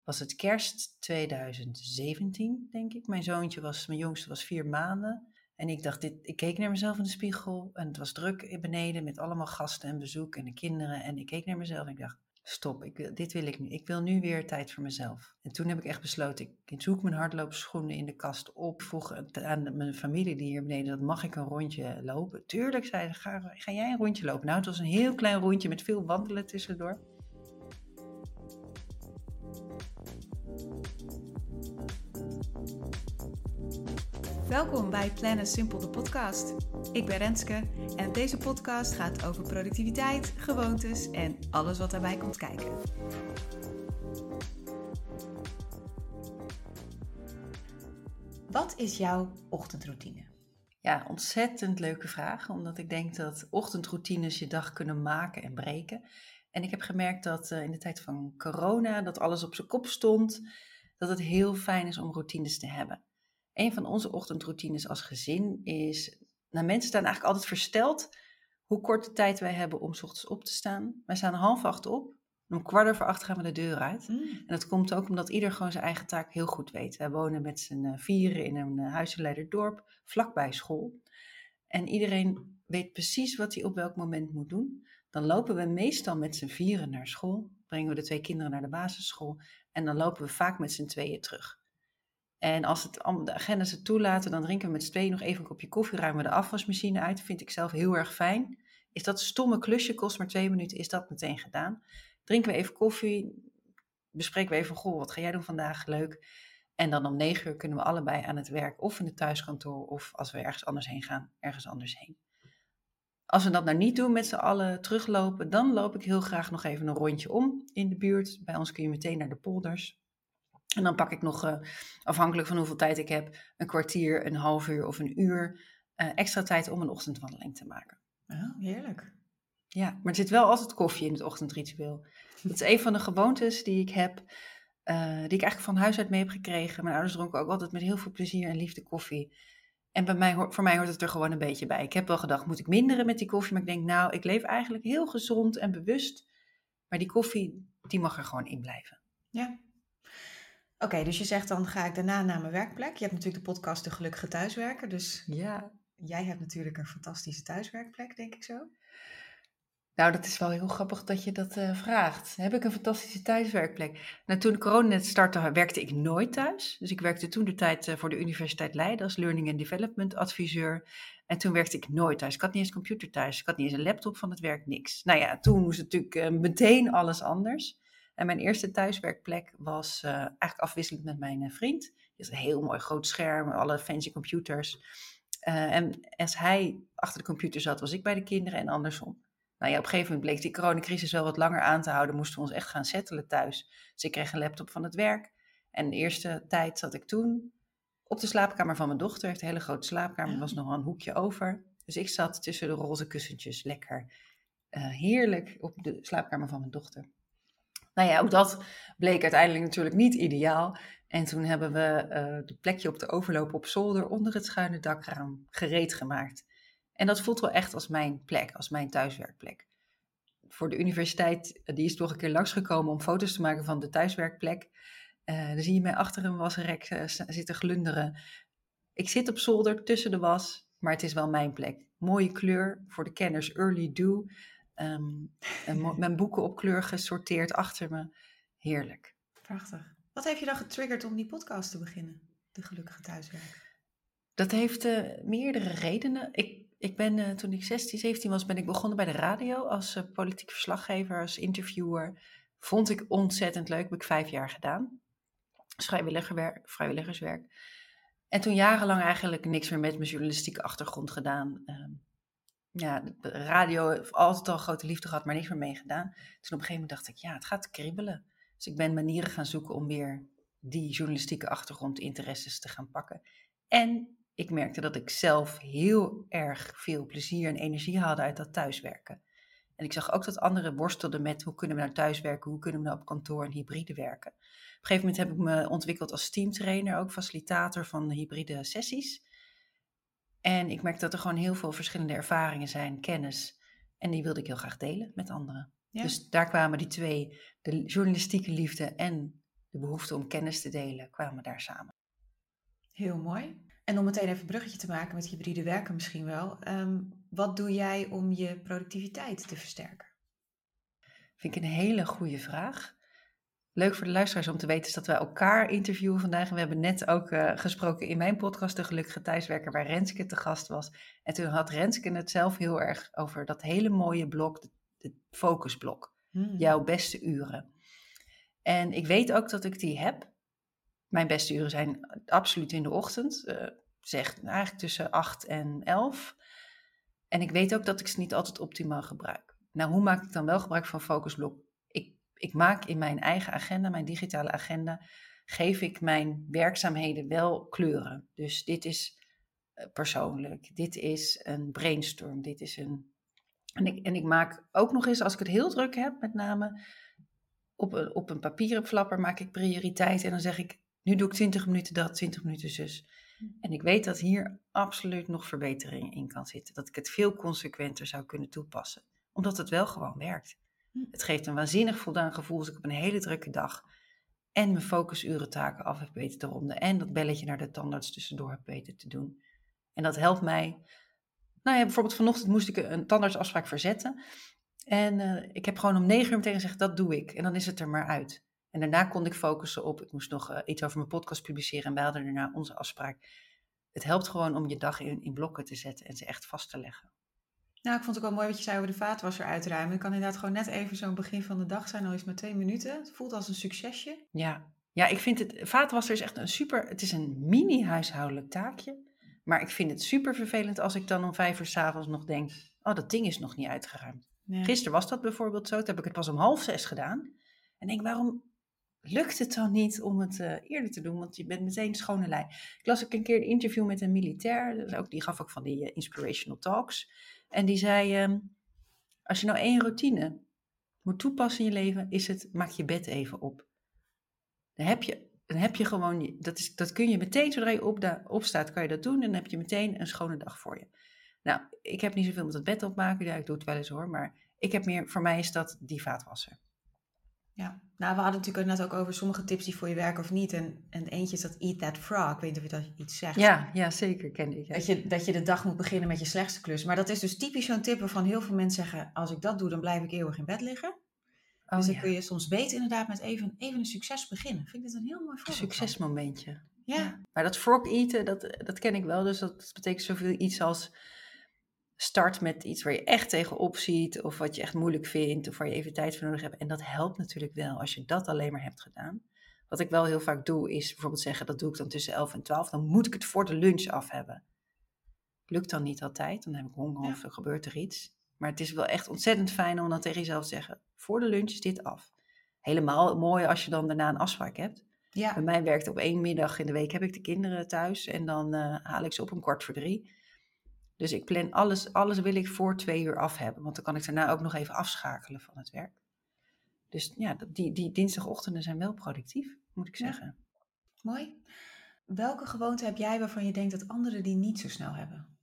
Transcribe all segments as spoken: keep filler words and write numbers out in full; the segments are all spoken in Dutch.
was het kerst tweeduizend zeventien, denk ik. Mijn zoontje was, mijn jongste was vier maanden. En ik dacht, dit, ik keek naar mezelf in de spiegel en het was druk beneden met allemaal gasten en bezoek en de kinderen. En ik keek naar mezelf en ik dacht, stop, ik wil, dit wil ik nu. Ik wil nu weer tijd voor mezelf. En toen heb ik echt besloten, ik, ik zoek mijn hardloopschoenen in de kast op. Vroeg aan mijn familie die hier beneden, dat mag ik een rondje lopen? Tuurlijk, zei ze, ga, ga jij een rondje lopen? Nou, het was een heel klein rondje met veel wandelen tussendoor. Welkom bij Plannen Simpel, de podcast. Ik ben Renske en deze podcast gaat over productiviteit, gewoontes en alles wat daarbij komt kijken. Wat is jouw ochtendroutine? Ja, ontzettend leuke vraag, omdat ik denk dat ochtendroutines je dag kunnen maken en breken. En ik heb gemerkt dat uh, in de tijd van corona, dat alles op zijn kop stond, dat het heel fijn is om routines te hebben. Een van onze ochtendroutines als gezin is, nou, mensen staan eigenlijk altijd versteld hoe korte tijd wij hebben om 's ochtends op te staan. Wij staan half acht op, en om kwart over acht gaan we de deur uit. Mm. En dat komt ook omdat ieder gewoon zijn eigen taak heel goed weet. Wij wonen met z'n uh, vieren in een uh, huisleiderdorp, vlakbij school. En iedereen weet precies wat hij op welk moment moet doen. Dan lopen we meestal met z'n vieren naar school, brengen we de twee kinderen naar de basisschool en dan lopen we vaak met z'n tweeën terug. En als het, de agenda's het toelaten, dan drinken we met z'n tweeën nog even een kopje koffie, ruimen we de afwasmachine uit. Vind ik zelf heel erg fijn. Is dat stomme klusje, kost maar twee minuten, is dat meteen gedaan. Drinken we even koffie, bespreken we even, goh, wat ga jij doen vandaag, leuk. En dan om negen uur kunnen we allebei aan het werk, of in het thuiskantoor, of als we ergens anders heen gaan, ergens anders heen. Als we dat nou niet doen met z'n allen teruglopen, dan loop ik heel graag nog even een rondje om in de buurt. Bij ons kun je meteen naar de polders. En dan pak ik nog, uh, afhankelijk van hoeveel tijd ik heb, een kwartier, een half uur of een uur uh, extra tijd om een ochtendwandeling te maken. Oh, heerlijk. Ja, maar er zit wel altijd koffie in het ochtendritueel. Dat is een van de gewoontes die ik heb, uh, die ik eigenlijk van huis uit mee heb gekregen. Mijn ouders dronken ook altijd met heel veel plezier en liefde koffie. En bij mij, voor mij hoort het er gewoon een beetje bij. Ik heb wel gedacht, moet ik minderen met die koffie? Maar ik denk, nou, ik leef eigenlijk heel gezond en bewust. Maar die koffie, die mag er gewoon in blijven. Ja. Oké, okay, dus je zegt dan ga ik daarna naar mijn werkplek. Je hebt natuurlijk de podcast De Gelukkige Thuiswerker. Dus ja. Jij hebt natuurlijk een fantastische thuiswerkplek, denk ik zo. Nou, dat is wel heel grappig dat je dat uh, vraagt. Heb ik een fantastische thuiswerkplek? Nou, toen corona net startte, werkte ik nooit thuis. Dus ik werkte toen de tijd uh, voor de Universiteit Leiden als Learning and Development adviseur. En toen werkte ik nooit thuis. Ik had niet eens een computer thuis. Ik had niet eens een laptop van het werk, niks. Nou ja, toen moest natuurlijk uh, meteen alles anders. En mijn eerste thuiswerkplek was uh, eigenlijk afwisselend met mijn uh, vriend. Die had een heel mooi groot scherm, alle fancy computers. Uh, en als hij achter de computer zat, was ik bij de kinderen en andersom. Nou ja, op een gegeven moment bleek die coronacrisis wel wat langer aan te houden. Moesten we ons echt gaan settelen thuis. Dus ik kreeg een laptop van het werk. En de eerste tijd zat ik toen op de slaapkamer van mijn dochter. Heeft een hele grote slaapkamer, er was nog wel een hoekje over. Dus ik zat tussen de roze kussentjes lekker uh, heerlijk op de slaapkamer van mijn dochter. Nou ja, ook dat bleek uiteindelijk natuurlijk niet ideaal. En toen hebben we uh, de plekje op de overloop op zolder onder het schuine dakraam gereed gemaakt. En dat voelt wel echt als mijn plek, als mijn thuiswerkplek. Voor de universiteit, die is toch een keer langsgekomen om foto's te maken van de thuiswerkplek. Uh, dan zie je mij achter een wasrek uh, zitten glunderen. Ik zit op zolder tussen de was, maar het is wel mijn plek. Mooie kleur, voor de kenners Early Dew. Um, mo- mijn boeken op kleur gesorteerd achter me. Heerlijk. Prachtig. Wat heeft je dan getriggerd om die podcast te beginnen? De Gelukkige Thuiswerker. Dat heeft uh, meerdere redenen. Ik, ik ben, uh, toen ik zestien, zeventien was, ben ik begonnen bij de radio als uh, politiek verslaggever, als interviewer. Vond ik ontzettend leuk, heb ik vijf jaar gedaan. Vrijwilligerswerk, vrijwilligerswerk. En toen jarenlang eigenlijk niks meer met mijn journalistieke achtergrond gedaan. Uh, ja, de radio heeft altijd al grote liefde gehad, maar niks meer mee gedaan. Toen op een gegeven moment dacht ik, ja, het gaat kriebelen. Dus ik ben manieren gaan zoeken om weer die journalistieke achtergrondinteresses te gaan pakken. En ik merkte dat ik zelf heel erg veel plezier en energie haalde uit dat thuiswerken. En ik zag ook dat anderen worstelden met hoe kunnen we nou thuiswerken, hoe kunnen we nou op kantoor en hybride werken. Op een gegeven moment heb ik me ontwikkeld als teamtrainer, ook facilitator van hybride sessies. En ik merkte dat er gewoon heel veel verschillende ervaringen zijn, kennis. En die wilde ik heel graag delen met anderen. Ja. Dus daar kwamen die twee, de journalistieke liefde en de behoefte om kennis te delen kwamen daar samen. Heel mooi. En om meteen even een bruggetje te maken met hybride werken misschien wel. Um, wat doe jij om je productiviteit te versterken? Vind ik een hele goede vraag. Leuk voor de luisteraars om te weten is dat wij elkaar interviewen vandaag. En we hebben net ook uh, gesproken in mijn podcast De Gelukkige Thuiswerker, waar Renske te gast was. En toen had Renske het zelf heel erg over dat hele mooie blok, het focusblok. Hmm. Jouw beste uren. En ik weet ook dat ik die heb. Mijn beste uren zijn absoluut in de ochtend. Uh, zeg eigenlijk tussen acht en elf. En ik weet ook dat ik ze niet altijd optimaal gebruik. Nou, hoe maak ik dan wel gebruik van focusblok? Ik, ik maak in mijn eigen agenda, mijn digitale agenda, geef ik mijn werkzaamheden wel kleuren. Dus dit is uh, persoonlijk, dit is een brainstorm, dit is een... En ik, en ik maak ook nog eens, als ik het heel druk heb, met name op een, op een papieren flapper, maak ik prioriteit. En dan zeg ik, nu doe ik twintig minuten dat, twintig minuten zus. En ik weet dat hier absoluut nog verbetering in kan zitten. Dat ik het veel consequenter zou kunnen toepassen. Omdat het wel gewoon werkt. Het geeft een waanzinnig voldaan gevoel als ik op een hele drukke dag en mijn focusurentaken af heb weten te ronden. En dat belletje naar de tandarts tussendoor heb weten te doen. En dat helpt mij. Nou ja, bijvoorbeeld vanochtend moest ik een tandartsafspraak verzetten. En uh, ik heb gewoon om negen uur meteen gezegd, dat doe ik. En dan is het er maar uit. En daarna kon ik focussen op, ik moest nog uh, iets over mijn podcast publiceren en wij hadden daarna onze afspraak. Het helpt gewoon om je dag in, in blokken te zetten en ze echt vast te leggen. Nou, ik vond het ook wel mooi wat je zei over de vaatwasser uitruimen. Het kan inderdaad gewoon net even zo'n begin van de dag zijn, al is het maar twee minuten. Het voelt als een succesje. Ja, ja, ik vind het, vaatwasser is echt een super, het is een mini huishoudelijk taakje. Maar ik vind het super vervelend als ik dan om vijf uur 's avonds nog denk, oh, dat ding is nog niet uitgeruimd. Nee. Gisteren was dat bijvoorbeeld zo, toen heb ik het pas om half zes gedaan. En denk, waarom lukt het dan niet om het uh, eerder te doen? Want je bent meteen schone lei. Ik las ook een keer een interview met een militair, dus ook, die gaf ook van die uh, inspirational talks. En die zei, um, als je nou één routine moet toepassen in je leven, is het, maak je bed even op. Dan heb je, dan heb je gewoon, dat, is, dat kun je meteen, zodra je opda- opstaat, kan je dat doen. En dan heb je meteen een schone dag voor je. Nou, ik heb niet zoveel met het bed opmaken, ja, ik doe het wel eens hoor, maar ik heb meer, voor mij is dat die vaatwasser. Ja, nou we hadden natuurlijk net ook over sommige tips die voor je werken of niet. En, en eentje is dat eat that frog. Ik weet niet of je dat iets zegt. Ja, ja zeker, ken ik. Ja. Dat, je, dat je de dag moet beginnen met je slechtste klus. Maar dat is dus typisch zo'n tip waarvan heel veel mensen zeggen, als ik dat doe, dan blijf ik eeuwig in bed liggen. Oh, dus dan ja. kun je soms beter inderdaad met even, even een succes beginnen. Vind ik dit een heel mooi voorbeeld. Een succesmomentje. Ja. ja. Maar dat frog eten, dat, dat ken ik wel. Dus dat betekent zoveel iets als start met iets waar je echt tegenop ziet, of wat je echt moeilijk vindt, of waar je even tijd voor nodig hebt. En dat helpt natuurlijk wel als je dat alleen maar hebt gedaan. Wat ik wel heel vaak doe, is bijvoorbeeld zeggen, dat doe ik dan tussen elf en twaalf, dan moet ik het voor de lunch af hebben. Lukt dan niet altijd, dan heb ik honger of er gebeurt er iets. Maar het is wel echt ontzettend fijn om dan tegen jezelf te zeggen, voor de lunch is dit af. Helemaal mooi als je dan daarna een afspraak hebt. Ja. Bij mij werkt op één middag in de week, heb ik de kinderen thuis en dan uh, haal ik ze op een kwart voor drie. Dus ik plan alles, alles wil ik voor twee uur af hebben. Want dan kan ik daarna ook nog even afschakelen van het werk. Dus ja, die, die dinsdagochtenden zijn wel productief, moet ik zeggen. Ja. Mooi. Welke gewoonte heb jij waarvan je denkt dat anderen die niet zo snel hebben?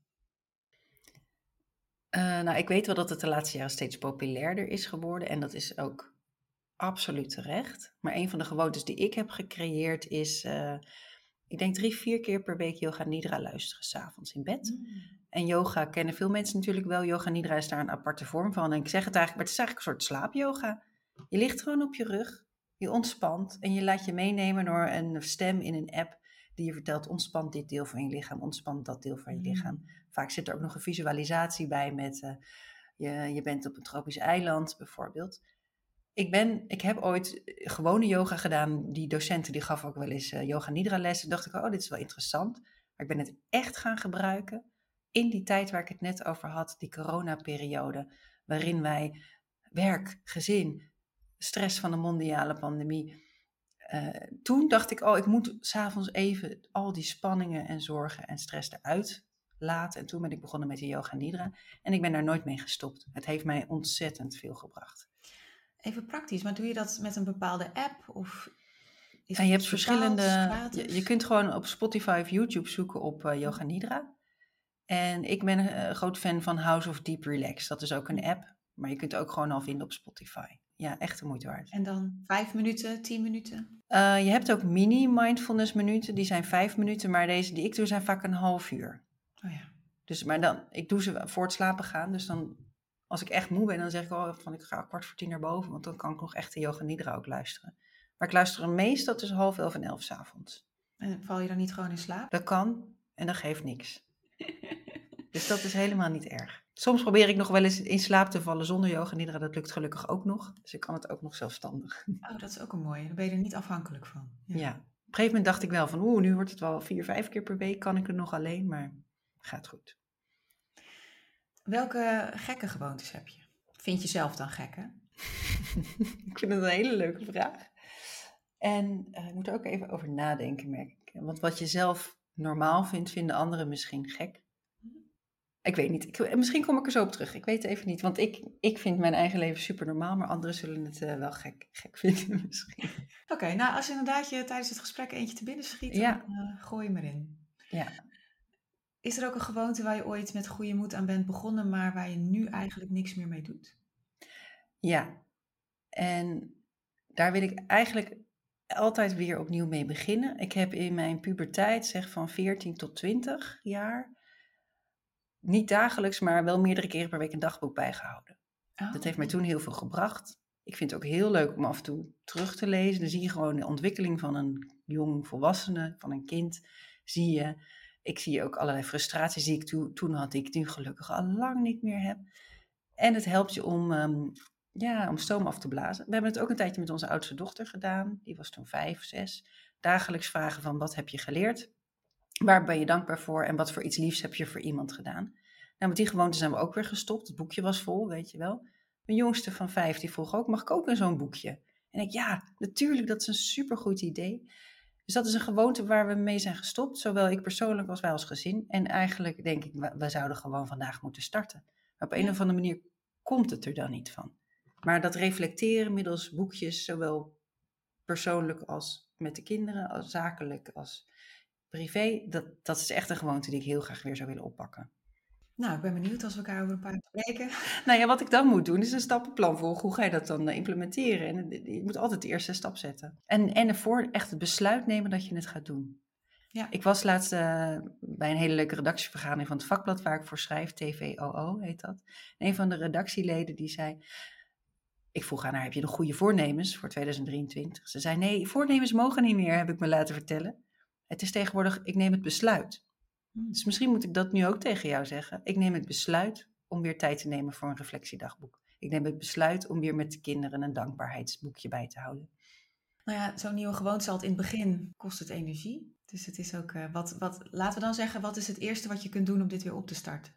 Uh, nou, ik weet wel dat het de laatste jaren steeds populairder is geworden. En dat is ook absoluut terecht. Maar een van de gewoontes die ik heb gecreëerd is, Uh, ik denk drie, vier keer per week yoga nidra luisteren, 's avonds in bed. Mm. En yoga kennen veel mensen natuurlijk wel. Yoga nidra is daar een aparte vorm van. En ik zeg het eigenlijk, maar het is eigenlijk een soort slaapyoga. Je ligt gewoon op je rug, je ontspant en je laat je meenemen door een stem in een app die je vertelt, ontspant dit deel van je lichaam, ontspant dat deel van je lichaam. Mm. Vaak zit er ook nog een visualisatie bij met, uh, je, je bent op een tropisch eiland bijvoorbeeld. Ik, ben, ik heb ooit gewone yoga gedaan. Die docenten die gaf ook wel eens uh, yoga nidra lessen. Dacht ik, oh, dit is wel interessant. Maar ik ben het echt gaan gebruiken in die tijd waar ik het net over had. Die coronaperiode. Waarin wij werk, gezin, stress van de mondiale pandemie. Uh, toen dacht ik, oh, ik moet 's avonds even al die spanningen en zorgen en stress eruit laten. En toen ben ik begonnen met de yoga nidra. En ik ben daar nooit mee gestopt. Het heeft mij ontzettend veel gebracht. Even praktisch, maar doe je dat met een bepaalde app? Of is en je hebt verschillende. Je, je kunt gewoon op Spotify of YouTube zoeken op uh, yoga nidra. En ik ben een uh, groot fan van House of Deep Relax. Dat is ook een app, maar je kunt het ook gewoon al vinden op Spotify. ja, echt de moeite waard. En dan vijf minuten, tien minuten? Uh, je hebt ook mini-mindfulness minuten, die zijn vijf minuten, maar deze die ik doe zijn vaak een half uur. Oh ja. Dus, maar dan, ik doe ze voor het slapen gaan, dus dan, als ik echt moe ben, dan zeg ik al van ik ga kwart voor tien naar boven, want dan kan ik nog echt de yoga nidra ook luisteren. Maar ik luister hem meestal tussen half elf en elf 's avonds. En val je dan niet gewoon in slaap? Dat kan en dat geeft niks. Dus dat is helemaal niet erg. Soms probeer ik nog wel eens in slaap te vallen zonder yoga nidra. Dat lukt gelukkig ook nog. Dus ik kan het ook nog zelfstandig. Oh, dat is ook een mooie. Dan ben je er niet afhankelijk van. Ja. ja. Op een gegeven moment dacht ik wel van oeh, nu wordt het wel vier, vijf keer per week. Kan ik er nog alleen, maar gaat goed. Welke gekke gewoontes heb je? Vind je zelf dan gek, hè? Ik vind het een hele leuke vraag. En uh, ik moet er ook even over nadenken, merk ik. Want wat je zelf normaal vindt, vinden anderen misschien gek. Ik weet niet. Ik, misschien kom ik er zo op terug. Ik weet het even niet. Want ik, ik vind mijn eigen leven super normaal, maar anderen zullen het uh, wel gek, gek vinden misschien. Oké, okay, nou als inderdaad je tijdens het gesprek eentje te binnen schiet, ja. dan uh, gooi je maar in. Ja. Is er ook een gewoonte waar je ooit met goede moed aan bent begonnen, maar waar je nu eigenlijk niks meer mee doet? Ja. En daar wil ik eigenlijk altijd weer opnieuw mee beginnen. Ik heb in mijn puberteit, zeg van veertien tot twintig jaar, niet dagelijks, maar wel meerdere keren per week een dagboek bijgehouden. Oh. Dat heeft mij toen heel veel gebracht. Ik vind het ook heel leuk om af en toe terug te lezen. Dan zie je gewoon de ontwikkeling van een jong volwassene, van een kind. Zie je. Ik zie ook allerlei frustraties die ik to- toen had, die ik nu gelukkig al lang niet meer heb. En het helpt je om, um, ja, om stoom af te blazen. We hebben het ook een tijdje met onze oudste dochter gedaan. Die was toen vijf, zes. Dagelijks vragen van wat heb je geleerd? Waar ben je dankbaar voor? En wat voor iets liefs heb je voor iemand gedaan? Nou, met die gewoonte zijn we ook weer gestopt. Het boekje was vol, weet je wel. Mijn jongste van vijf, die vroeg ook, mag ik ook in zo'n boekje? En ik, ja, natuurlijk, dat is een supergoed idee. Dus dat is een gewoonte waar we mee zijn gestopt. Zowel ik persoonlijk als wij als gezin. En eigenlijk denk ik, we, we zouden gewoon vandaag moeten starten. Maar op een ja. of andere manier komt het er dan niet van. Maar dat reflecteren middels boekjes, zowel persoonlijk als met de kinderen, als zakelijk als privé, dat, dat is echt een gewoonte die ik heel graag weer zou willen oppakken. Nou, ik ben benieuwd als we elkaar over een paar spreken. Nou ja, wat ik dan moet doen is een stappenplan volgen. Hoe ga je dat dan implementeren? En je moet altijd de eerste stap zetten. En, en ervoor echt het besluit nemen dat je het gaat doen. Ja. Ik was laatst uh, bij een hele leuke redactievergadering van het vakblad waar ik voor schrijf, T V O O heet dat. En een van de redactieleden die zei, ik vroeg aan haar, heb je nog goede voornemens voor twintig drieëntwintig? Ze zei, nee, voornemens mogen niet meer, heb ik me laten vertellen. Het is tegenwoordig, ik neem het besluit. Dus misschien moet ik dat nu ook tegen jou zeggen. Ik neem het besluit om weer tijd te nemen voor een reflectiedagboek. Ik neem het besluit om weer met de kinderen een dankbaarheidsboekje bij te houden. Nou ja, zo'n nieuwe gewoonte zal het in het begin kost het energie. Dus het is ook, uh, wat, wat, laten we dan zeggen, wat is het eerste wat je kunt doen om dit weer op te starten?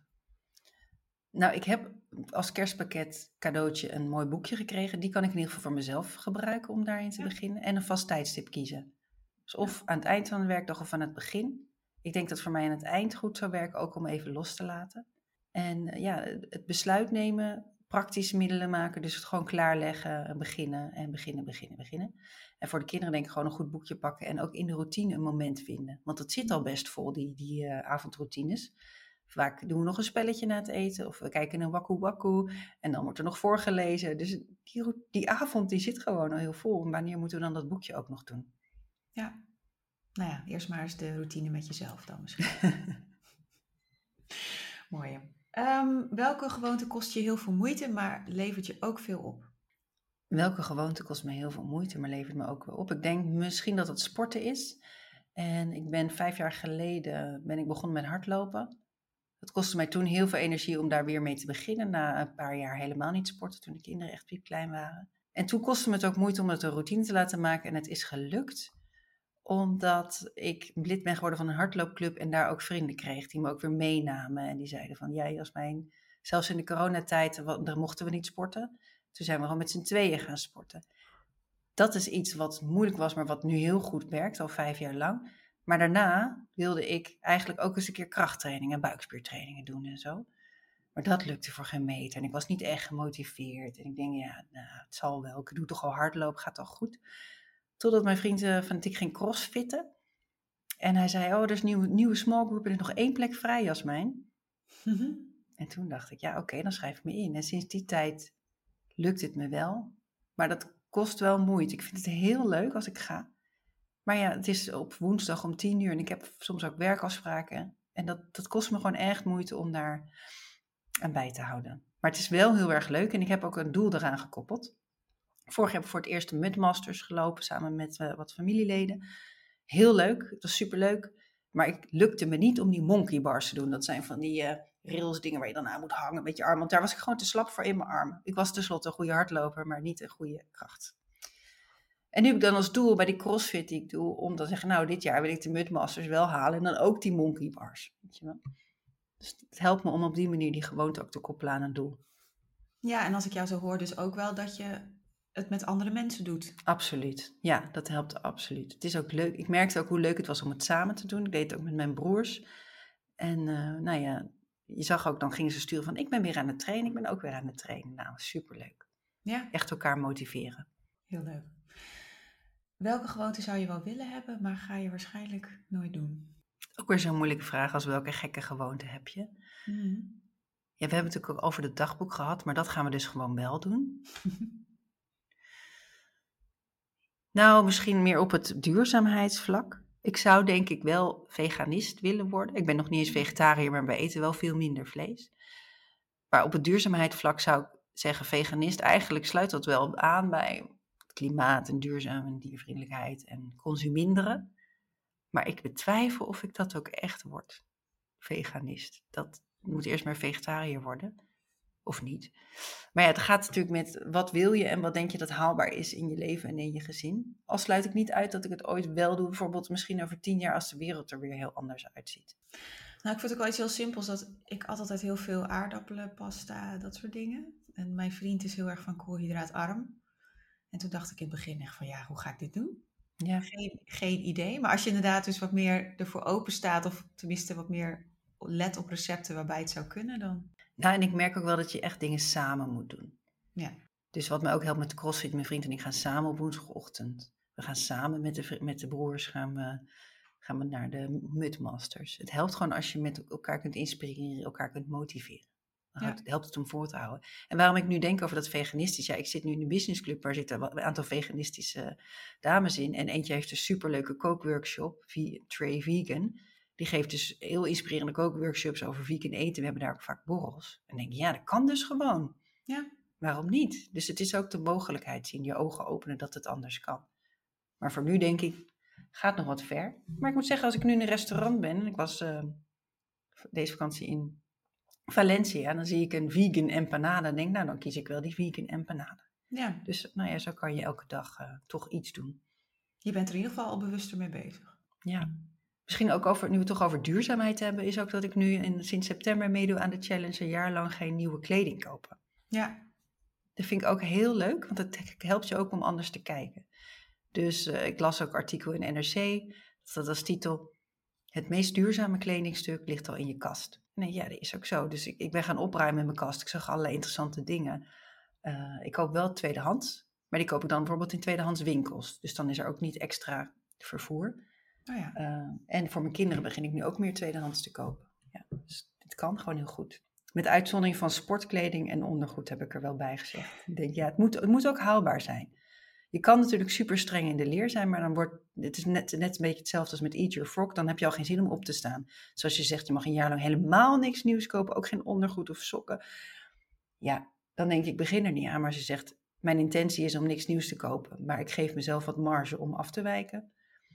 Nou, ik heb als kerstpakket cadeautje een mooi boekje gekregen. Die kan ik in ieder geval voor mezelf gebruiken om daarin te ja. beginnen. En een vast tijdstip kiezen. Dus of ja. aan het eind van de werkdag of aan het begin. Ik denk dat voor mij aan het eind goed zou werken, ook om even los te laten. En uh, ja, het besluit nemen, praktische middelen maken, dus het gewoon klaarleggen, beginnen en beginnen, beginnen, beginnen. En voor de kinderen denk ik gewoon een goed boekje pakken en ook in de routine een moment vinden. Want het zit al best vol, die, die uh, avondroutines. Vaak doen we nog een spelletje na het eten of we kijken een wakku wakku en dan wordt er nog voorgelezen. Dus die, die avond die zit gewoon al heel vol. En wanneer moeten we dan dat boekje ook nog doen? Ja. Nou ja, eerst maar eens de routine met jezelf dan misschien. Mooi. Um, welke gewoonte kost je heel veel moeite, maar levert je ook veel op? Welke gewoonte kost me heel veel moeite, maar levert me ook wel op? Ik denk misschien dat het sporten is. En ik ben vijf jaar geleden ben ik begonnen met hardlopen. Het kostte mij toen heel veel energie om daar weer mee te beginnen. Na een paar jaar helemaal niet sporten, toen de kinderen echt piepklein waren. En toen kostte me het ook moeite om het een routine te laten maken. En het is gelukt. Omdat ik lid ben geworden van een hardloopclub en daar ook vrienden kreeg die me ook weer meenamen. En die zeiden van, jij Jasmijn, zelfs in de coronatijd, daar mochten we niet sporten. Toen zijn we gewoon met z'n tweeën gaan sporten. Dat is iets wat moeilijk was, maar wat nu heel goed werkt, al vijf jaar lang. Maar daarna wilde ik eigenlijk ook eens een keer krachttraining en buikspiertrainingen doen en zo. Maar dat lukte voor geen meter en ik was niet echt gemotiveerd. En ik denk, ja, nou, het zal wel. Ik doe toch al hardlopen, gaat toch goed. Totdat mijn vriend uh, van ik ging crossfitten. En hij zei, oh, er is een nieuwe, nieuwe small group en er is nog één plek vrij, Jasmijn. Mm-hmm. En toen dacht ik, ja, oké, okay, dan schrijf ik me in. En sinds die tijd lukt het me wel. Maar dat kost wel moeite. Ik vind het heel leuk als ik ga. Maar ja, het is op woensdag om tien uur en ik heb soms ook werkafspraken. En dat, dat kost me gewoon echt moeite om daar aan bij te houden. Maar het is wel heel erg leuk en ik heb ook een doel eraan gekoppeld. Vorig jaar heb ik voor het eerst de Mudmasters gelopen samen met uh, wat familieleden. Heel leuk, het was superleuk. Maar het lukte me niet om die monkey bars te doen. Dat zijn van die uh, rails dingen waar je dan aan moet hangen met je arm. Want daar was ik gewoon te slap voor in mijn arm. Ik was tenslotte een goede hardloper, maar niet een goede kracht. En nu heb ik dan als doel bij die CrossFit die ik doe, om te zeggen, nou dit jaar wil ik de Mudmasters wel halen en dan ook die monkey bars. Weet je wel? Dus het helpt me om op die manier die gewoonte ook te koppelen aan een doel. Ja, en als ik jou zo hoor, dus ook wel dat je het met andere mensen doet. Absoluut. Ja, dat helpt absoluut. Het is ook leuk. Ik merkte ook hoe leuk het was om het samen te doen. Ik deed het ook met mijn broers. En uh, nou ja, je zag ook, dan gingen ze sturen van, ik ben weer aan het trainen, ik ben ook weer aan het trainen. Nou, superleuk. Ja. Echt elkaar motiveren. Heel leuk. Welke gewoonte zou je wel willen hebben, maar ga je waarschijnlijk nooit doen? Ook weer zo'n moeilijke vraag als welke gekke gewoonte heb je? Mm-hmm. Ja, we hebben het ook over het dagboek gehad, maar dat gaan we dus gewoon wel doen. Nou, misschien meer op het duurzaamheidsvlak. Ik zou denk ik wel veganist willen worden. Ik ben nog niet eens vegetariër, maar we eten wel veel minder vlees. Maar op het duurzaamheidsvlak zou ik zeggen veganist. Eigenlijk sluit dat wel aan bij het klimaat en duurzaam en diervriendelijkheid en consuminderen. Maar ik betwijfel of ik dat ook echt word, veganist. Dat moet eerst maar vegetariër worden. Of niet. Maar ja, het gaat natuurlijk met wat wil je en wat denk je dat haalbaar is in je leven en in je gezin. Al sluit ik niet uit dat ik het ooit wel doe, bijvoorbeeld misschien over tien jaar als de wereld er weer heel anders uitziet. Nou, ik vind het ook wel iets heel simpels, dat ik at altijd heel veel aardappelen, pasta, dat soort dingen. En mijn vriend is heel erg van koolhydraatarm. En toen dacht ik in het begin echt van, ja, hoe ga ik dit doen? Ja. Geen, geen idee. Maar als je inderdaad dus wat meer ervoor open staat, of tenminste wat meer let op recepten waarbij het zou kunnen, dan... Nou, en ik merk ook wel dat je echt dingen samen moet doen. Ja. Dus wat mij ook helpt met de CrossFit, mijn vriend en ik gaan samen op woensdagochtend. We gaan samen met de, met de broers gaan we, gaan we naar de Mudmasters. Het helpt gewoon als je met elkaar kunt inspireren, elkaar kunt motiveren. Dan Ja. helpt het om voor te houden. En waarom ik nu denk over dat veganistisch. Ja, ik zit nu in een businessclub, waar zitten een aantal veganistische dames in. En eentje heeft een superleuke kookworkshop, Tray Vegan. Die geeft dus heel inspirerende kookworkshops over vegan eten. We hebben daar ook vaak borrels. En denk je, ja, dat kan dus gewoon. Ja. Waarom niet? Dus het is ook de mogelijkheid zien, je ogen openen dat het anders kan. Maar voor nu denk ik, gaat nog wat ver. Maar ik moet zeggen, als ik nu in een restaurant ben, en ik was uh, deze vakantie in Valencia, dan zie ik een vegan empanada en denk, nou dan kies ik wel die vegan empanada. Ja. Dus nou ja, zo kan je elke dag uh, toch iets doen. Je bent er in ieder geval al bewuster mee bezig. Ja. Misschien ook over, nu we het toch over duurzaamheid hebben, is ook dat ik nu in, sinds september meedoe aan de challenge een jaar lang geen nieuwe kleding kopen. Ja. Dat vind ik ook heel leuk, want het helpt je ook om anders te kijken. Dus uh, ik las ook een artikel in N R C, dat had als titel, het meest duurzame kledingstuk ligt al in je kast. Nee, ja, dat is ook zo. Dus ik, ik ben gaan opruimen in mijn kast. Ik zag allerlei interessante dingen. Uh, ik koop wel tweedehands, maar die koop ik dan bijvoorbeeld in tweedehands winkels. Dus dan is er ook niet extra vervoer. Oh ja. Uh, en voor mijn kinderen begin ik nu ook meer tweedehands te kopen. Ja, dus het kan gewoon heel goed. Met uitzondering van sportkleding en ondergoed heb ik er wel bij gezegd. Ik denk, ja, het moet, het moet ook haalbaar zijn. Je kan natuurlijk super streng in de leer zijn, maar dan wordt het is net, net een beetje hetzelfde als met Eat Your Frog. Dan heb je al geen zin om op te staan. Zoals je zegt, je mag een jaar lang helemaal niks nieuws kopen, ook geen ondergoed of sokken. Ja, dan denk ik, ik begin er niet aan. Maar ze zegt, mijn intentie is om niks nieuws te kopen, maar ik geef mezelf wat marge om af te wijken.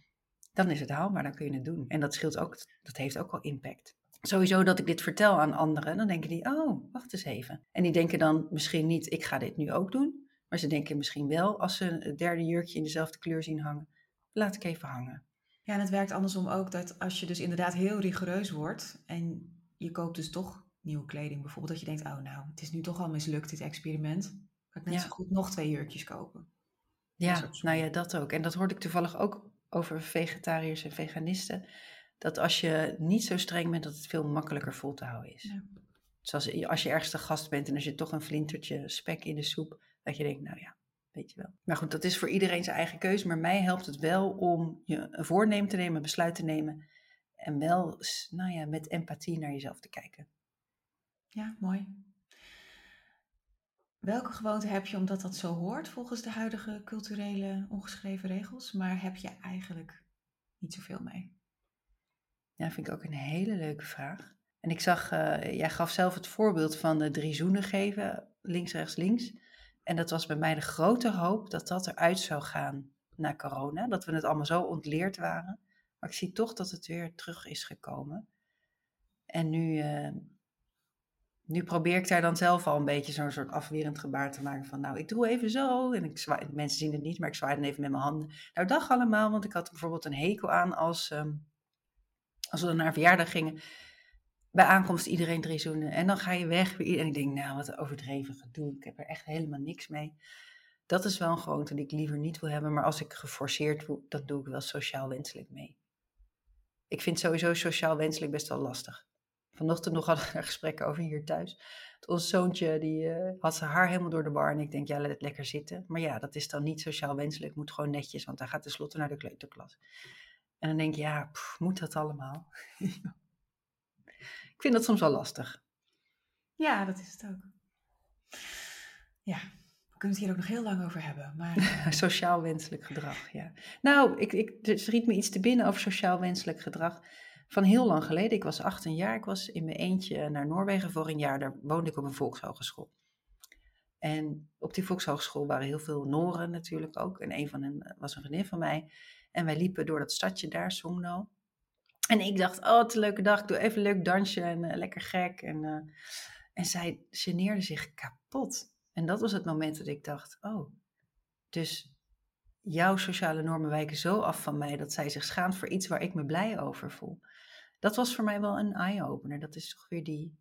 Dan is het haalbaar, dan kun je het doen. En dat scheelt ook, dat heeft ook al impact. Sowieso dat ik dit vertel aan anderen, dan denken die, oh, wacht eens even. En die denken dan misschien niet, ik ga dit nu ook doen. Maar ze denken misschien wel, als ze het derde jurkje in dezelfde kleur zien hangen, laat ik even hangen. Ja, en het werkt andersom ook, dat als je dus inderdaad heel rigoureus wordt en je koopt dus toch nieuwe kleding, bijvoorbeeld dat je denkt, oh nou, het is nu toch al mislukt dit experiment, kan ik net ja. zo goed nog twee jurkjes kopen. Ja, nou ja, dat ook. En dat hoorde ik toevallig ook over vegetariërs en veganisten, dat als je niet zo streng bent, dat het veel makkelijker vol te houden is. Ja. Zoals als je ergens te gast bent en er zit toch een flintertje spek in de soep, dat je denkt, nou ja, weet je wel. Maar goed, dat is voor iedereen zijn eigen keuze, maar mij helpt het wel om je een voornemen te nemen, een besluit te nemen en wel, nou ja, met empathie naar jezelf te kijken. Ja, mooi. Welke gewoonte heb je omdat dat zo hoort volgens de huidige culturele ongeschreven regels, maar heb je eigenlijk niet zoveel mee? Ja, vind ik ook een hele leuke vraag. En ik zag, uh, jij gaf zelf het voorbeeld van de drie zoenen geven, links, rechts, links. En dat was bij mij de grote hoop dat dat eruit zou gaan na corona. Dat we het allemaal zo ontleerd waren. Maar ik zie toch dat het weer terug is gekomen. En nu, uh, nu probeer ik daar dan zelf al een beetje zo'n soort afwerend gebaar te maken van, nou, ik doe even zo. En ik zwaai, mensen zien het niet, maar ik zwaai dan even met mijn handen. Nou, dag allemaal, want ik had bijvoorbeeld een hekel aan als, um, als we dan naar een verjaardag gingen. Bij aankomst iedereen drie zoenen. En dan ga je weg. En ik denk, nou, wat een overdreven gedoe. Ik heb er echt helemaal niks mee. Dat is wel een gewoonte die ik liever niet wil hebben. Maar als ik geforceerd word, dan doe ik wel sociaal wenselijk mee. Ik vind sowieso sociaal wenselijk best wel lastig. Vanochtend nog hadden we er gesprekken over hier thuis. Ons zoontje die uh, had zijn haar helemaal door de bar. En ik denk, ja, laat het lekker zitten. Maar ja, dat is dan niet sociaal wenselijk. Moet gewoon netjes, want hij gaat tenslotte naar de kleuterklas. En dan denk je, ja, pff, moet dat allemaal? Ik vind dat soms wel lastig. Ja, dat is het ook. Ja, we kunnen het hier ook nog heel lang over hebben. Maar... Sociaal wenselijk gedrag, ja. Nou, ik, ik, er schiet me iets te binnen over sociaal wenselijk gedrag. Van heel lang geleden, ik was achttien jaar, ik was in mijn eentje naar Noorwegen voor een jaar. Daar woonde ik op een volkshogeschool. En op die volkshogeschool waren heel veel Noren natuurlijk ook. En een van hen was een vriendin van mij. En wij liepen door dat stadje daar, Sogndal. En ik dacht, oh, wat een leuke dag. Ik doe even een leuk dansje en uh, lekker gek. En, uh, en zij geneerde zich kapot. En dat was het moment dat ik dacht, oh, dus jouw sociale normen wijken zo af van mij dat zij zich schaamt voor iets waar ik me blij over voel. Dat was voor mij wel een eye-opener. Dat is toch weer die,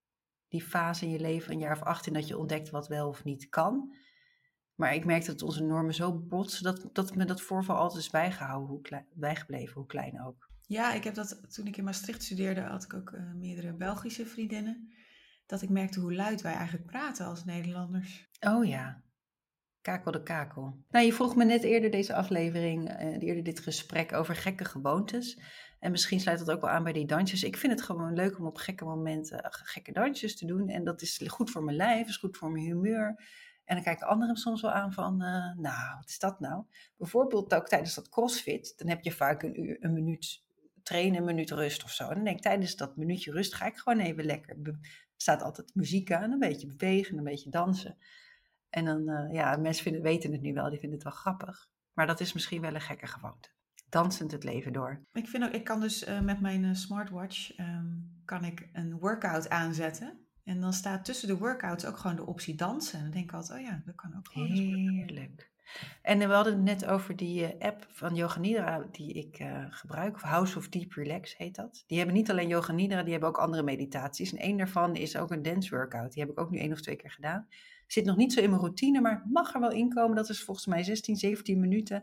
die fase in je leven, een jaar of achttien, dat je ontdekt wat wel of niet kan. Maar ik merkte dat onze normen zo botsen, dat, dat me dat voorval altijd is bijgehouden, hoe klein, bijgebleven, hoe klein ook. Ja, ik heb dat toen ik in Maastricht studeerde, had ik ook uh, meerdere Belgische vriendinnen. Dat ik merkte hoe luid wij eigenlijk praten als Nederlanders. Oh ja, kakel de kakel. Nou, je vroeg me net eerder deze aflevering, uh, eerder dit gesprek over gekke gewoontes. En misschien sluit dat ook wel aan bij die dansjes. Ik vind het gewoon leuk om op gekke momenten uh, gekke dansjes te doen. En dat is goed voor mijn lijf, is goed voor mijn humeur. En dan kijken anderen soms wel aan van, uh, nou, wat is dat nou? Bijvoorbeeld ook tijdens dat crossfit, dan heb je vaak een uur, een minuut trainen, een minuut rust of zo. En dan denk ik, tijdens dat minuutje rust ga ik gewoon even lekker. Er staat altijd muziek aan, een beetje bewegen, een beetje dansen. En dan, uh, ja, mensen vinden, weten het nu wel, die vinden het wel grappig. Maar dat is misschien wel een gekke gewoonte. Dansend het leven door. Ik vind ook, ik kan dus uh, met mijn uh, smartwatch, um, kan ik een workout aanzetten. En dan staat tussen de workouts ook gewoon de optie dansen. En dan denk ik altijd, oh ja, dat kan ook gewoon. Heerlijk. En we hadden het net over die uh, app van Yoga Nidra die ik uh, gebruik. Of House of Deep Relax heet dat. Die hebben niet alleen Yoga Nidra, die hebben ook andere meditaties. En één daarvan is ook een dance workout. Die heb ik ook nu één of twee keer gedaan. Zit nog niet zo in mijn routine, maar mag er wel inkomen. Dat is volgens mij zestien, zeventien minuten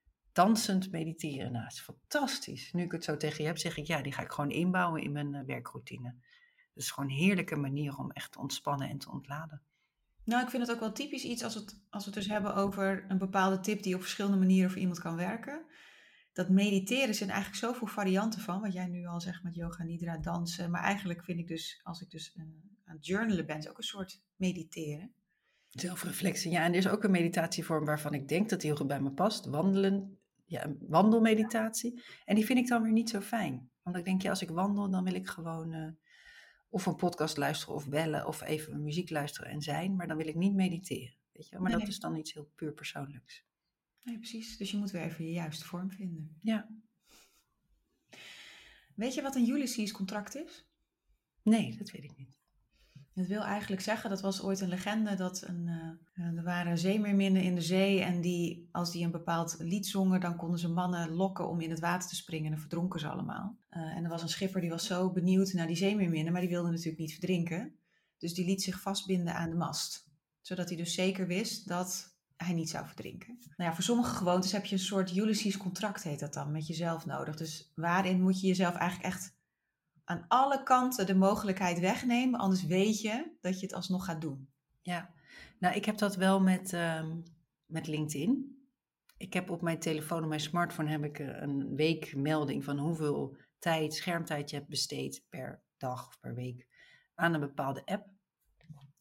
dansend mediteren. Nou, dat is fantastisch. Nu ik het zo tegen je heb, zeg ik, ja, die ga ik gewoon inbouwen in mijn uh, werkroutine. Dat is gewoon een heerlijke manier om echt te ontspannen en te ontladen. Nou, ik vind het ook wel typisch iets als, het, als we het dus hebben over een bepaalde tip die op verschillende manieren voor iemand kan werken. Dat mediteren zijn eigenlijk zoveel varianten van, wat jij nu al zegt met yoga nidra, dansen. Maar eigenlijk vind ik dus, als ik dus uh, aan het journalen ben, is ook een soort mediteren. Zelfreflectie, ja. En er is ook een meditatievorm waarvan ik denk dat die heel goed bij me past. Wandelen, ja, een wandelmeditatie. En die vind ik dan weer niet zo fijn. Want ik denk, ja, als ik wandel, dan wil ik gewoon uh, of een podcast luisteren of bellen of even muziek luisteren en zijn. Maar dan wil ik niet mediteren, weet je. Maar Nee. dat is dan iets heel puur persoonlijks. Nee, precies. Dus je moet weer even je juiste vorm vinden. Ja. Weet je wat een Ulysses contract is? Nee, dat weet ik niet. Het wil eigenlijk zeggen, dat was ooit een legende, dat een, uh, er waren zeemeerminnen in de zee en die, als die een bepaald lied zongen, dan konden ze mannen lokken om in het water te springen en dan verdronken ze allemaal. Uh, en er was een schipper die was zo benieuwd naar die zeemeerminnen, maar die wilde natuurlijk niet verdrinken. Dus die liet zich vastbinden aan de mast, zodat hij dus zeker wist dat hij niet zou verdrinken. Nou ja, voor sommige gewoontes heb je een soort Ulysses contract, heet dat dan, met jezelf nodig. Dus waarin moet je jezelf eigenlijk echt aan alle kanten de mogelijkheid wegnemen, anders weet je dat je het alsnog gaat doen. Ja, nou ik heb dat wel met, um, met LinkedIn. Ik heb op mijn telefoon, op mijn smartphone, heb ik een weekmelding van hoeveel tijd, schermtijd je hebt besteed per dag of per week aan een bepaalde app.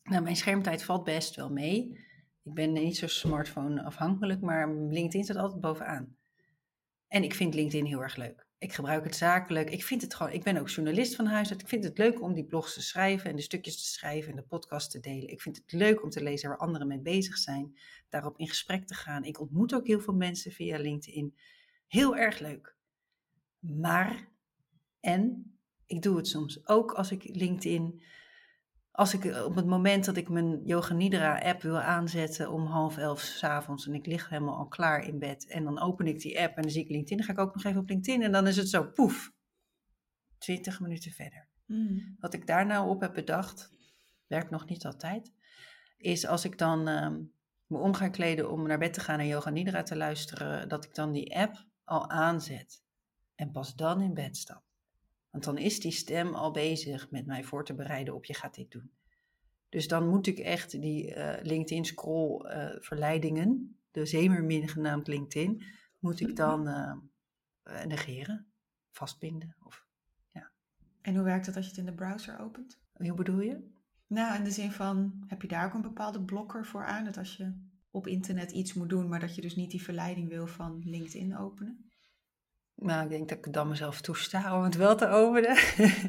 Nou, mijn schermtijd valt best wel mee. Ik ben niet zo smartphone afhankelijk, maar LinkedIn staat altijd bovenaan. En ik vind LinkedIn heel erg leuk. Ik gebruik het zakelijk. Ik vind het gewoon, ik ben ook journalist van huis uit. Ik vind het leuk om die blogs te schrijven en de stukjes te schrijven en de podcast te delen. Ik vind het leuk om te lezen waar anderen mee bezig zijn. Daarop in gesprek te gaan. Ik ontmoet ook heel veel mensen via LinkedIn. Heel erg leuk. Maar, en, ik doe het soms ook als ik LinkedIn, als ik op het moment dat ik mijn Yoga Nidra app wil aanzetten om half elf 's avonds en ik lig helemaal al klaar in bed en dan open ik die app en dan zie ik LinkedIn, dan ga ik ook nog even op LinkedIn en dan is het zo, poef, twintig minuten verder. Mm. Wat ik daar nou op heb bedacht, werkt nog niet altijd, is als ik dan uh, me om ga kleden om naar bed te gaan en Yoga Nidra te luisteren, dat ik dan die app al aanzet en pas dan in bed stap. Want dan is die stem al bezig met mij voor te bereiden op je gaat dit doen. Dus dan moet ik echt die uh, LinkedIn scroll uh, verleidingen, de zeemermin genaamd LinkedIn, moet ik dan uh, negeren, vastbinden. Of, ja. En hoe werkt het als je het in de browser opent? Hoe bedoel je? Nou, in de zin van, heb je daar ook een bepaalde blokker voor aan? Dat als je op internet iets moet doen, maar dat je dus niet die verleiding wil van LinkedIn openen? Nou, ik denk dat ik dan mezelf toesta om het wel te openen.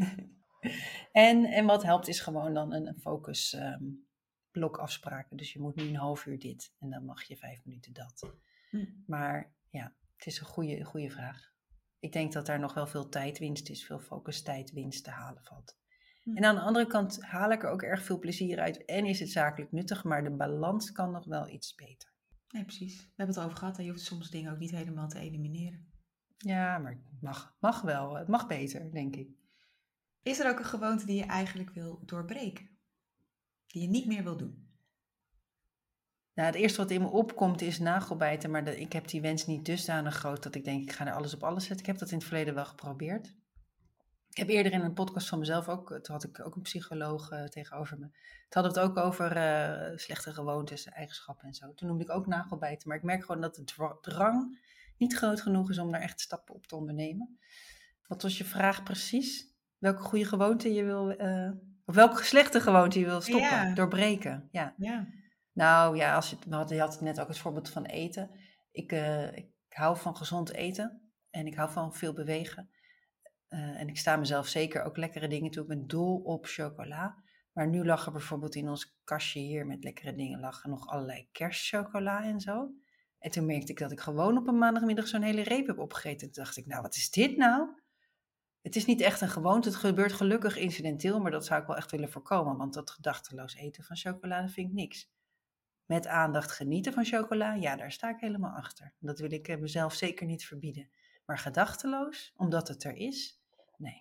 en, en wat helpt is gewoon dan een, een focus um, blok afspraken. Dus je moet nu een half uur dit en dan mag je vijf minuten dat. Hm. Maar ja, het is een goede, goede vraag. Ik denk dat daar nog wel veel tijdwinst is, veel focus tijdwinst te halen valt. Hm. En aan de andere kant haal ik er ook erg veel plezier uit en is het zakelijk nuttig, maar de balans kan nog wel iets beter. Nee, precies. We hebben het over gehad en je hoeft soms dingen ook niet helemaal te elimineren. Ja, maar het mag, mag wel. Het mag beter, denk ik. Is er ook een gewoonte die je eigenlijk wil doorbreken? Die je niet meer wil doen? Nou, het eerste wat in me opkomt is nagelbijten. Maar de, ik heb die wens niet dusdanig groot dat ik denk ik ga er alles op alles zetten. Ik heb dat in het verleden wel geprobeerd. Ik heb eerder in een podcast van mezelf ook, toen had ik ook een psycholoog uh, tegenover me. Toen hadden we het ook over uh, slechte gewoontes, eigenschappen en zo. Toen noemde ik ook nagelbijten. Maar ik merk gewoon dat de drang niet groot genoeg is om daar echt stappen op te ondernemen. Wat was je vraag precies? Welke goede gewoonte je wil, uh, of welke slechte gewoonte je wil stoppen, ja. doorbreken? Ja. ja. Nou ja, als je, je had net ook het voorbeeld van eten. Ik, uh, ik hou van gezond eten en ik hou van veel bewegen. Uh, en ik sta mezelf zeker ook lekkere dingen toe. Ik ben dol op chocola. Maar nu lag er bijvoorbeeld in ons kastje hier met lekkere dingen lag er nog allerlei kerstchocola en zo. En toen merkte ik dat ik gewoon op een maandagmiddag zo'n hele reep heb opgegeten. Toen dacht ik, nou wat is dit nou? Het is niet echt een gewoonte, het gebeurt gelukkig incidenteel, maar dat zou ik wel echt willen voorkomen. Want dat gedachteloos eten van chocolade vind ik niks. Met aandacht genieten van chocola, ja, daar sta ik helemaal achter. Dat wil ik mezelf zeker niet verbieden. Maar gedachteloos, omdat het er is, nee.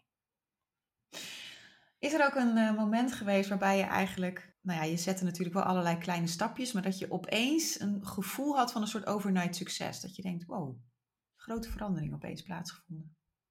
Is er ook een uh, moment geweest waarbij je eigenlijk, nou ja, je zette natuurlijk wel allerlei kleine stapjes, maar dat je opeens een gevoel had van een soort overnight succes. Dat je denkt, wow, grote verandering opeens plaatsgevonden.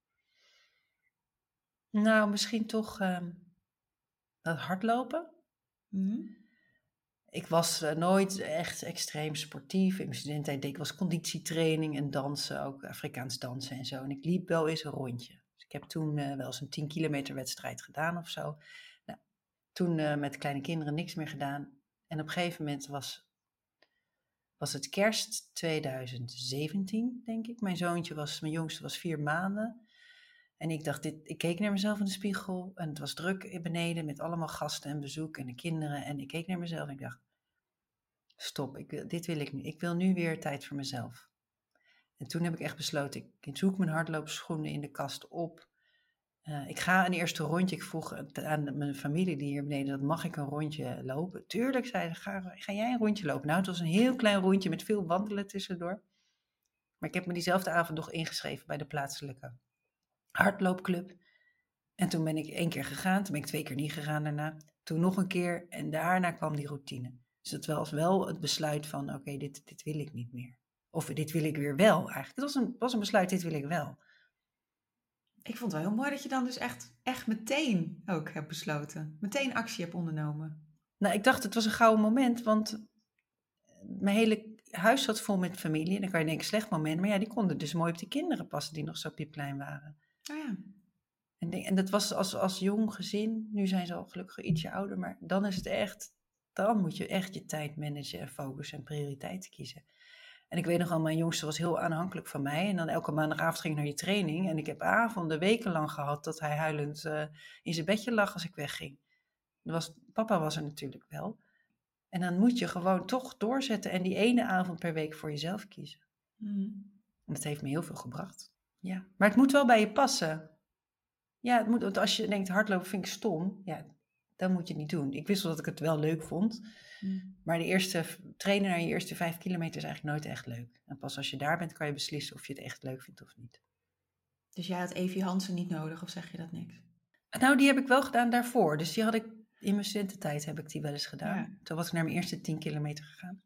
Nou, misschien toch uh, dat hardlopen. Mm-hmm. Ik was uh, nooit echt extreem sportief. In mijn studententijd deed ik was conditietraining en dansen, ook Afrikaans dansen en zo. En ik liep wel eens een rondje. Dus ik heb toen uh, wel eens een tien kilometer wedstrijd gedaan of zo. Nou, toen uh, met kleine kinderen niks meer gedaan. En op een gegeven moment was, was het kerst twintig zeventien, denk ik. Mijn zoontje was, mijn jongste was vier maanden. En ik dacht, dit, ik keek naar mezelf in de spiegel en het was druk beneden met allemaal gasten en bezoek en de kinderen. En ik keek naar mezelf en ik dacht, stop, ik wil, dit wil ik niet. Ik wil nu weer tijd voor mezelf. En toen heb ik echt besloten, ik, ik zoek mijn hardloopschoenen in de kast op. Uh, ik ga een eerste rondje, ik vroeg aan mijn familie die hier beneden, dat mag ik een rondje lopen? Tuurlijk, zei ze, ga, ga jij een rondje lopen? Nou, het was een heel klein rondje met veel wandelen tussendoor. Maar ik heb me diezelfde avond nog ingeschreven bij de plaatselijke hardloopclub. En toen ben ik één keer gegaan, toen ben ik twee keer niet gegaan daarna. Toen nog een keer en daarna kwam die routine. Dus het was wel het besluit van, oké, okay, dit, dit wil ik niet meer. Of dit wil ik weer wel eigenlijk. Het was een, was een besluit, dit wil ik wel. Ik vond het wel heel mooi dat je dan dus echt, echt meteen ook hebt besloten. Meteen actie hebt ondernomen. Nou, ik dacht het was een gouden moment, want mijn hele huis zat vol met familie. En dan kan je denken, slecht moment. Maar ja, die konden dus mooi op die kinderen passen die nog zo piepklein waren. Oh ja. En, en dat was als, als jong gezin, nu zijn ze al gelukkig ietsje ouder, maar dan is het echt dan moet je echt je tijd managen en focussen en prioriteiten kiezen. En ik weet nog al, mijn jongste was heel aanhankelijk van mij. En dan elke maandagavond ging ik naar die training. En ik heb avonden, wekenlang gehad dat hij huilend uh, in zijn bedje lag als ik wegging. Was, papa was er natuurlijk wel. En dan moet je gewoon toch doorzetten en die ene avond per week voor jezelf kiezen. Mm. En dat heeft me heel veel gebracht. Ja. Maar het moet wel bij je passen. Ja, het moet, want als je denkt hardlopen vind ik stom, ja, dan moet je het niet doen. Ik wist wel dat ik het wel leuk vond. Mm. Maar de eerste trainen naar je eerste vijf kilometer is eigenlijk nooit echt leuk. En pas als je daar bent kan je beslissen of je het echt leuk vindt of niet. Dus jij had Evie Hansen niet nodig of zeg je dat niks? Nou, die heb ik wel gedaan daarvoor. Dus die had ik in mijn studententijd heb ik die wel eens gedaan. Ja. Toen was ik naar mijn eerste tien kilometer gegaan.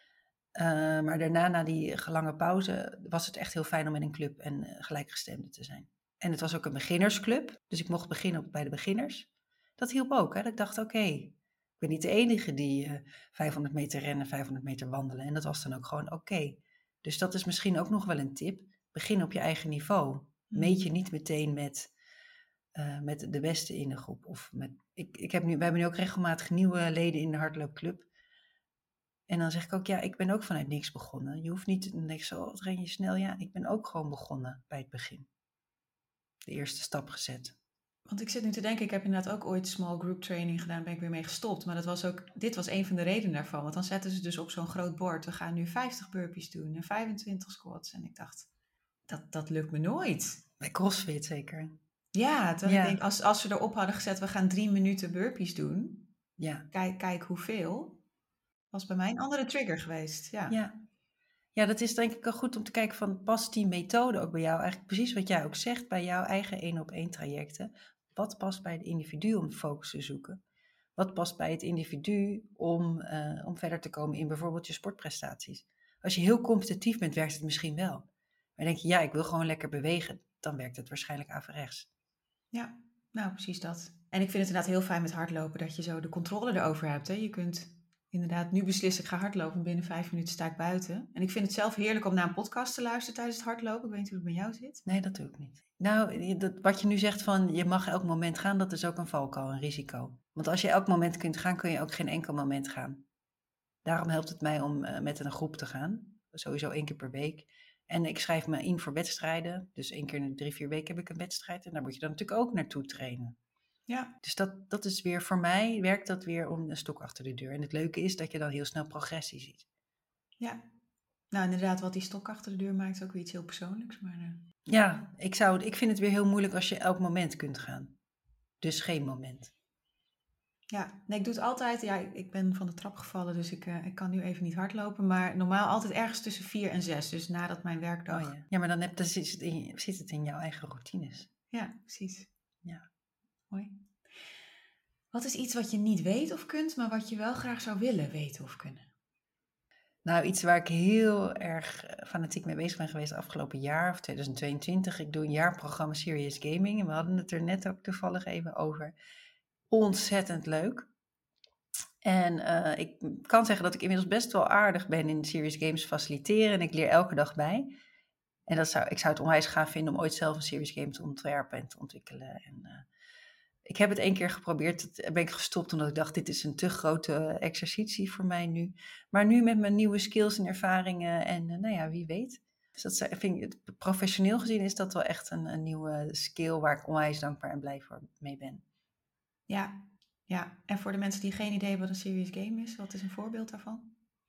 Uh, maar daarna, na die lange pauze, was het echt heel fijn om in een club en uh, gelijkgestemde te zijn. En het was ook een beginnersclub, dus ik mocht beginnen bij de beginners. Dat hielp ook, hè? Dat ik dacht, oké, okay, ik ben niet de enige die uh, vijfhonderd meter rennen, vijfhonderd meter wandelen. En dat was dan ook gewoon oké. Okay. Dus dat is misschien ook nog wel een tip. Begin op je eigen niveau. Meet je niet meteen met, uh, met de beste in de groep. Of met, ik, ik heb nu, we hebben nu ook regelmatig nieuwe leden in de hardloopclub. En dan zeg ik ook, ja, ik ben ook vanuit niks begonnen. Je hoeft niet, dan denk ik zo, wat ren je snel? Ja, ik ben ook gewoon begonnen bij het begin. De eerste stap gezet. Want ik zit nu te denken, ik heb inderdaad ook ooit small group training gedaan, ben ik weer mee gestopt. Maar dat was ook, dit was een van de redenen daarvan. Want dan zetten ze dus op zo'n groot bord, we gaan nu vijftig burpees doen en vijfentwintig squats. En ik dacht, dat, dat lukt me nooit. Bij CrossFit zeker. Ja, terwijl ja. ik denk, als, als ze erop hadden gezet, we gaan drie minuten burpees doen. Ja. Kijk, kijk hoeveel. Was bij mij een andere trigger geweest. Ja. Ja. Ja, dat is denk ik al goed om te kijken van, past die methode ook bij jou? Eigenlijk precies wat jij ook zegt, bij jouw eigen één-op-één trajecten. Wat past bij het individu om focus te zoeken? Wat past bij het individu om, uh, om verder te komen in bijvoorbeeld je sportprestaties? Als je heel competitief bent, werkt het misschien wel. Maar denk je, ja, ik wil gewoon lekker bewegen, dan werkt het waarschijnlijk averechts. Ja, nou precies dat. En ik vind het inderdaad heel fijn met hardlopen, dat je zo de controle erover hebt. Hè? Je kunt inderdaad, nu beslis ik ga hardlopen, binnen vijf minuten sta ik buiten. En ik vind het zelf heerlijk om naar een podcast te luisteren tijdens het hardlopen. Ik weet niet hoe het bij jou zit. Nee, dat doe ik niet. Nou, dat, wat je nu zegt van je mag elk moment gaan, dat is ook een valkuil, een risico. Want als je elk moment kunt gaan, kun je ook geen enkel moment gaan. Daarom helpt het mij om uh, met een groep te gaan. Sowieso één keer per week. En ik schrijf me in voor wedstrijden. Dus één keer in de drie, vier weken heb ik een wedstrijd. En daar moet je dan natuurlijk ook naartoe trainen. Ja. Dus dat, dat is weer, voor mij werkt dat weer om een stok achter de deur. En het leuke is dat je dan heel snel progressie ziet. Ja. Nou, inderdaad, wat die stok achter de deur maakt is ook weer iets heel persoonlijks. Maar, uh... Ja, ik, zou, ik vind het weer heel moeilijk als je elk moment kunt gaan. Dus geen moment. Ja, nee, ik doe het altijd. Ja, ik ben van de trap gevallen, dus ik, uh, ik kan nu even niet hardlopen. Maar normaal altijd ergens tussen vier en zes. Dus nadat mijn werkdag... Oh ja. ja, maar dan, heb, dan zit, het in, zit het in jouw eigen routines. Ja, precies. Ja. Mooi. Wat is iets wat je niet weet of kunt, maar wat je wel graag zou willen weten of kunnen? Nou, iets waar ik heel erg fanatiek mee bezig ben geweest afgelopen jaar, of twintig tweeëntwintig. Ik doe een jaarprogramma Serious Gaming en we hadden het er net ook toevallig even over. Ontzettend leuk. En uh, ik kan zeggen dat ik inmiddels best wel aardig ben in Serious Games faciliteren en ik leer elke dag bij. En dat zou, ik zou het onwijs gaaf vinden om ooit zelf een Serious Game te ontwerpen en te ontwikkelen. En, uh, ik heb het één keer geprobeerd, toen ben ik gestopt omdat ik dacht, dit is een te grote exercitie voor mij nu. Maar nu met mijn nieuwe skills en ervaringen en uh, nou ja, wie weet. Dus dat vind ik, professioneel gezien is dat wel echt een, een nieuwe skill waar ik onwijs dankbaar en blij voor mee ben. Ja, ja. En voor de mensen die geen idee hebben wat een serious game is, wat is een voorbeeld daarvan?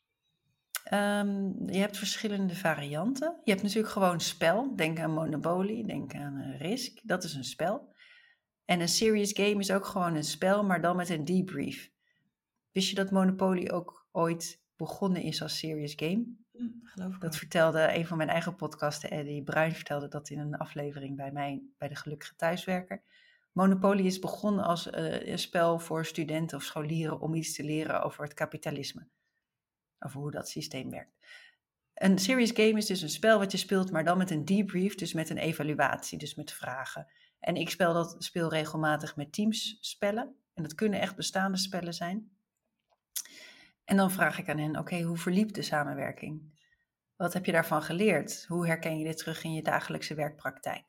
Um, je hebt verschillende varianten. Je hebt natuurlijk gewoon spel. Denk aan Monopoly, denk aan uh, Risk. Dat is een spel. En een serious game is ook gewoon een spel, maar dan met een debrief. Wist je dat Monopoly ook ooit begonnen is als serious game? Mm, geloof ik dat ook. Vertelde een van mijn eigen podcasten, Eddie Bruin, vertelde dat in een aflevering bij mij, bij de Gelukkige Thuiswerker. Monopoly is begonnen als uh, een spel voor studenten of scholieren om iets te leren over het kapitalisme. Over hoe dat systeem werkt. Een serious game is dus een spel wat je speelt, maar dan met een debrief, dus met een evaluatie, dus met vragen. En ik speel dat speel regelmatig met teamsspellen. En dat kunnen echt bestaande spellen zijn. En dan vraag ik aan hen, oké, okay, hoe verliep de samenwerking? Wat heb je daarvan geleerd? Hoe herken je dit terug in je dagelijkse werkpraktijk?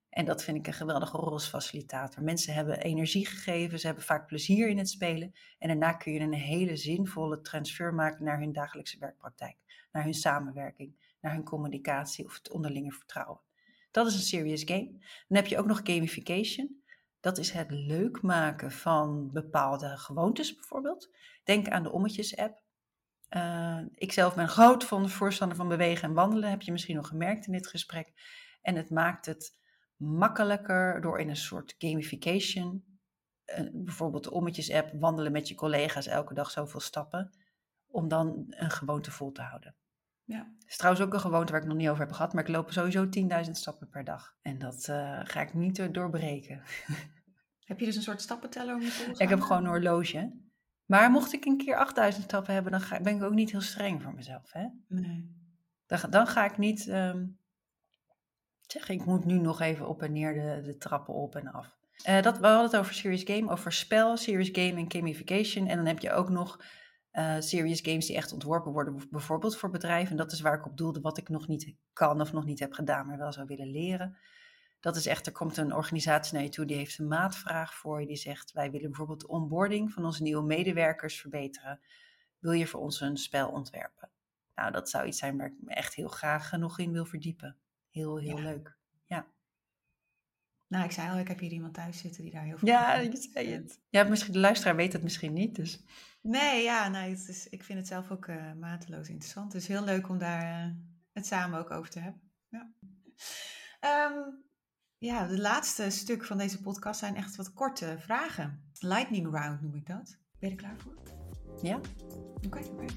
En dat vind ik een geweldige rol als facilitator. Mensen hebben energie gegeven, ze hebben vaak plezier in het spelen. En daarna kun je een hele zinvolle transfer maken naar hun dagelijkse werkpraktijk. Naar hun samenwerking, naar hun communicatie of het onderlinge vertrouwen. Dat is een serious game. Dan heb je ook nog gamification. Dat is het leuk maken van bepaalde gewoontes bijvoorbeeld. Denk aan de Ommetjes-app. Uh, ik zelf ben groot van de voorstander van bewegen en wandelen. Heb je misschien nog gemerkt in dit gesprek. En het maakt het makkelijker door in een soort gamification, uh, bijvoorbeeld de Ommetjes-app, wandelen met je collega's elke dag zoveel stappen, om dan een gewoonte vol te houden. Ja. Dat is trouwens ook een gewoonte waar ik nog niet over heb gehad, maar ik loop sowieso tienduizend stappen per dag. En dat uh, ga ik niet doorbreken. Heb je dus een soort stappenteller om je volgens? Ik heb gewoon een horloge. Maar mocht ik een keer achtduizend stappen hebben, dan ga, ben ik ook niet heel streng voor mezelf. Hè? Nee. Dan, dan ga ik niet um, zeggen, ik moet nu nog even op en neer de, de trappen op en af. Uh, dat, we hadden het over serious game, over spel, serious game en gamification. En dan heb je ook nog uh, serious games die echt ontworpen worden, bijvoorbeeld voor bedrijven. En dat is waar ik op doelde, wat ik nog niet kan of nog niet heb gedaan, maar wel zou willen leren. Dat is echt, er komt een organisatie naar je toe, die heeft een maatvraag voor je. Die zegt, wij willen bijvoorbeeld de onboarding van onze nieuwe medewerkers verbeteren. Wil je voor ons een spel ontwerpen? Nou, dat zou iets zijn waar ik me echt heel graag nog in wil verdiepen. Heel, heel ja. leuk. Ja. Nou, ik zei al, ik heb hier iemand thuis zitten die daar heel veel Ja, je zei het. Ja, misschien, de luisteraar weet het misschien niet, dus... Nee, ja, nee, het is, ik vind het zelf ook uh, mateloos interessant. Het is heel leuk om daar uh, het samen ook over te hebben. Ja. Um, Ja, de laatste stuk van deze podcast zijn echt wat korte vragen. Lightning round noem ik dat. Ben je er klaar voor? Ja. Oké, okay, oké. Okay.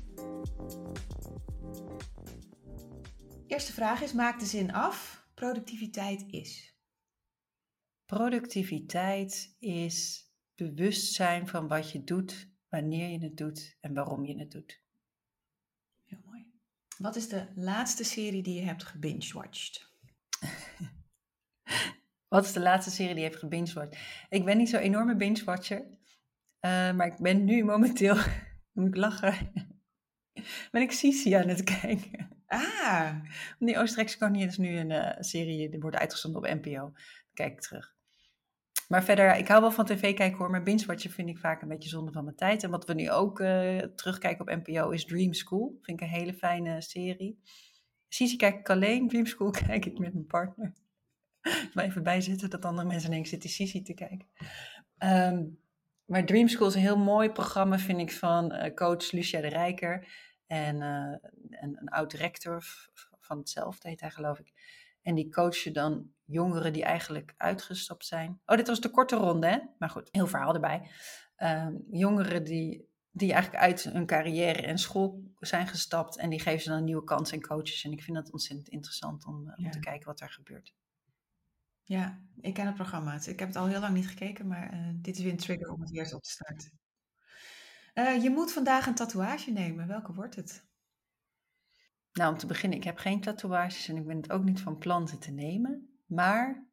Eerste vraag is, maak de zin af. Productiviteit is? Productiviteit is bewustzijn van wat je doet, wanneer je het doet en waarom je het doet. Heel mooi. Wat is de laatste serie die je hebt gebingewatcht? Wat is de laatste serie die je hebt gebingewatcht? Ik ben niet zo'n enorme bingewatcher. Uh, maar ik ben nu momenteel, moet ik lachen, ben ik Sisi aan het kijken. Ah! Die Oostenrijkse koningin is nu een uh, serie, die wordt uitgezonden op N P O. Dan kijk ik terug. Maar verder, ik hou wel van tv kijken hoor, maar bingewatchen vind ik vaak een beetje zonde van mijn tijd. En wat we nu ook uh, terugkijken op N P O is Dream School. Vind ik een hele fijne serie. Sisi kijk ik alleen, Dream School kijk ik met mijn partner. Maar even bijzitten dat andere mensen denken, zit die Sisi te kijken. Um, maar Dream School is een heel mooi programma, vind ik, van uh, coach Lucia de Rijker. En uh, een, een oud-rector van hetzelfde heet hij, geloof ik. En die coachen dan jongeren die eigenlijk uitgestapt zijn. Oh, dit was de korte ronde, hè? Maar goed, heel verhaal erbij. Um, jongeren die, die eigenlijk uit hun carrière en school zijn gestapt. En die geven ze dan een nieuwe kans en coaches. En ik vind dat ontzettend interessant om, uh, om ja. te kijken wat er gebeurt. Ja, ik ken het programma. Ik heb het al heel lang niet gekeken, maar uh, dit is weer een trigger om het weer eens op te starten. Uh, je moet vandaag een tatoeage nemen. Welke wordt het? Nou, om te beginnen, ik heb geen tatoeages en ik ben het ook niet van plan ze te nemen. Maar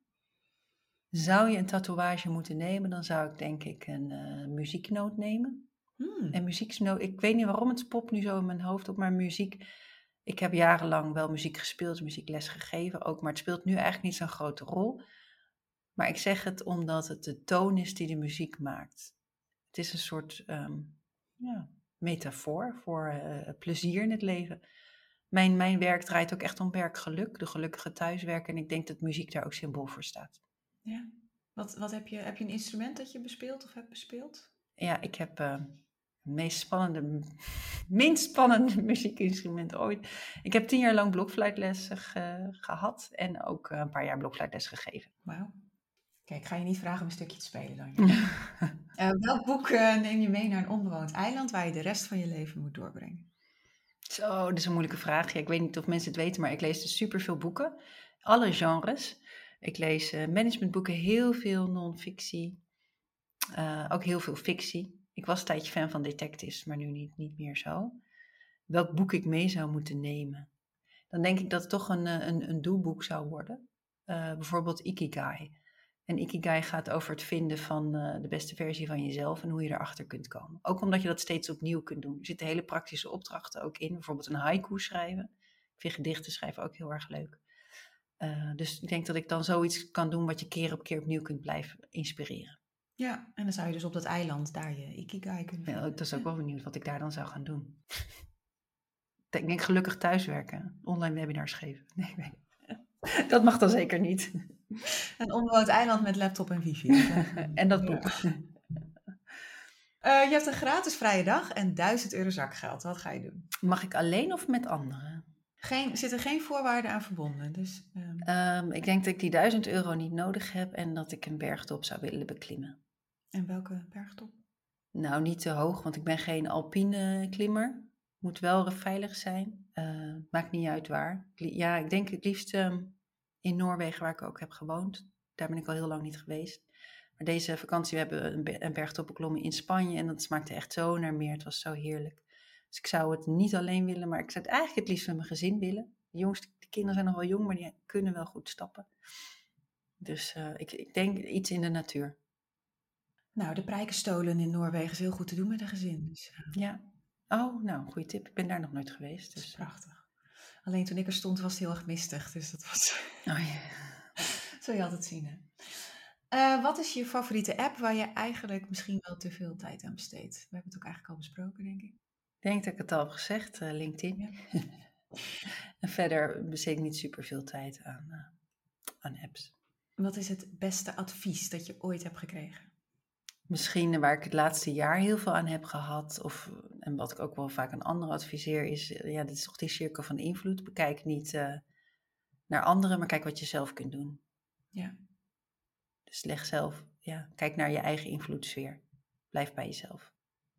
zou je een tatoeage moeten nemen, dan zou ik denk ik een uh, muzieknoot nemen. Hmm. En muzieknoot, ik weet niet waarom het popt nu zo in mijn hoofd op, maar muziek... Ik heb jarenlang wel muziek gespeeld, muziekles gegeven ook, maar het speelt nu eigenlijk niet zo'n grote rol. Maar ik zeg het omdat het de toon is die de muziek maakt. Het is een soort um, ja, metafoor voor uh, plezier in het leven. Mijn, mijn werk draait ook echt om werkgeluk, de gelukkige thuiswerken. En ik denk dat muziek daar ook symbool voor staat. Ja, wat, wat heb je, heb je een instrument dat je bespeelt of hebt bespeeld? Ja, ik heb... Uh, Het meest spannende, minst spannende muziekinstrument ooit. Ik heb tien jaar lang blokfluitlessen ge, gehad en ook een paar jaar blokfluitles gegeven. Wauw. Kijk, ik ga je niet vragen om een stukje te spelen dan. uh, welk boek uh, neem je mee naar een onbewoond eiland waar je de rest van je leven moet doorbrengen? Zo, dat is een moeilijke vraag. Ja, ik weet niet of mensen het weten, maar ik lees dus superveel boeken. Alle genres. Ik lees uh, managementboeken, heel veel non-fictie. Uh, ook heel veel fictie. Ik was een tijdje fan van detectives, maar nu niet, niet meer zo. Welk boek ik mee zou moeten nemen? Dan denk ik dat het toch een, een, een doelboek zou worden. Uh, bijvoorbeeld Ikigai. En Ikigai gaat over het vinden van uh, de beste versie van jezelf en hoe je erachter kunt komen. Ook omdat je dat steeds opnieuw kunt doen. Er zitten hele praktische opdrachten ook in. Bijvoorbeeld een haiku schrijven. Ik vind gedichten schrijven ook heel erg leuk. Uh, dus ik denk dat ik dan zoiets kan doen wat je keer op keer opnieuw kunt blijven inspireren. Ja, en dan zou je dus op dat eiland daar je ikigai kunnen vinden. Ja, dat is ook ja. wel benieuwd wat ik daar dan zou gaan doen. Ik denk gelukkig thuiswerken, online webinars geven. Nee, nee. Dat mag dan zeker niet. Een onbewoond eiland met laptop en wifi. En dat boek. Ja. Uh, je hebt een gratis vrije dag en duizend euro zakgeld. Wat ga je doen? Mag ik alleen of met anderen? Geen, zitten geen voorwaarden aan verbonden. Dus, um... um, ik denk dat ik die duizend euro niet nodig heb en dat ik een bergtop zou willen beklimmen. En welke bergtop? Nou, niet te hoog, want ik ben geen alpine klimmer. Moet wel veilig zijn. Uh, maakt niet uit waar. Ja, ik denk het liefst um, in Noorwegen, waar ik ook heb gewoond. Daar ben ik al heel lang niet geweest. Maar deze vakantie, we hebben een bergtop beklommen in Spanje. En dat smaakte echt zo naar meer. Het was zo heerlijk. Dus ik zou het niet alleen willen, maar ik zou het eigenlijk het liefst met mijn gezin willen. De jongste de kinderen zijn nog wel jong, maar die kunnen wel goed stappen. Dus uh, ik, ik denk iets in de natuur. Nou, de Prijkenstolen in Noorwegen is heel goed te doen met een gezin. Dus, uh... Ja. Oh, nou, goede tip. Ik ben daar nog nooit geweest. Dus. Dat is prachtig. Alleen toen ik er stond was het heel erg mistig. Dus dat was... Oh ja. Zul je altijd zien, hè? Uh, wat is je favoriete app waar je eigenlijk misschien wel te veel tijd aan besteedt? We hebben het ook eigenlijk al besproken, denk ik. Ik denk dat ik het al heb gezegd, uh, LinkedIn. Ja. En verder besteed ik niet super veel tijd aan, uh, aan apps. Wat is het beste advies dat je ooit hebt gekregen? Misschien waar ik het laatste jaar heel veel aan heb gehad, of, en wat ik ook wel vaak aan anderen adviseer, is, ja, dit is toch die cirkel van invloed. Bekijk niet uh, naar anderen, maar kijk wat je zelf kunt doen. Ja. Dus leg zelf, ja, kijk naar je eigen invloedssfeer. Blijf bij jezelf.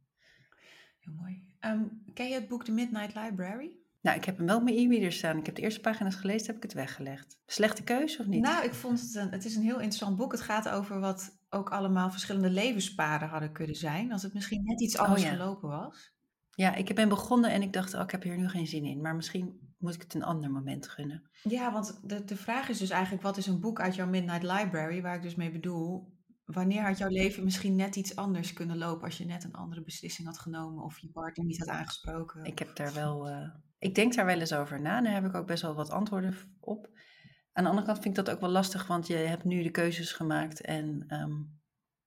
Heel mooi. Um, ken je het boek The Midnight Library? Nou, ik heb hem wel op mijn e-reader staan. Ik heb de eerste pagina's gelezen, heb ik het weggelegd. Slechte keuze of niet? Nou, ik vond het een, het is een heel interessant boek. Het gaat over wat ook allemaal verschillende levenspaden hadden kunnen zijn. Als het misschien net iets anders oh, ja. gelopen was. Ja, ik ben begonnen en ik dacht, oh, ik heb hier nu geen zin in. Maar misschien moet ik het een ander moment gunnen. Ja, want de, de vraag is dus eigenlijk, wat is een boek uit jouw Midnight Library? Waar ik dus mee bedoel, wanneer had jouw leven misschien net iets anders kunnen lopen als je net een andere beslissing had genomen of je partner niet had aangesproken? Ik heb daar wel, uh, ik denk daar wel eens over na. Daar heb ik ook best wel wat antwoorden op. Aan de andere kant vind ik dat ook wel lastig, want je hebt nu de keuzes gemaakt en um,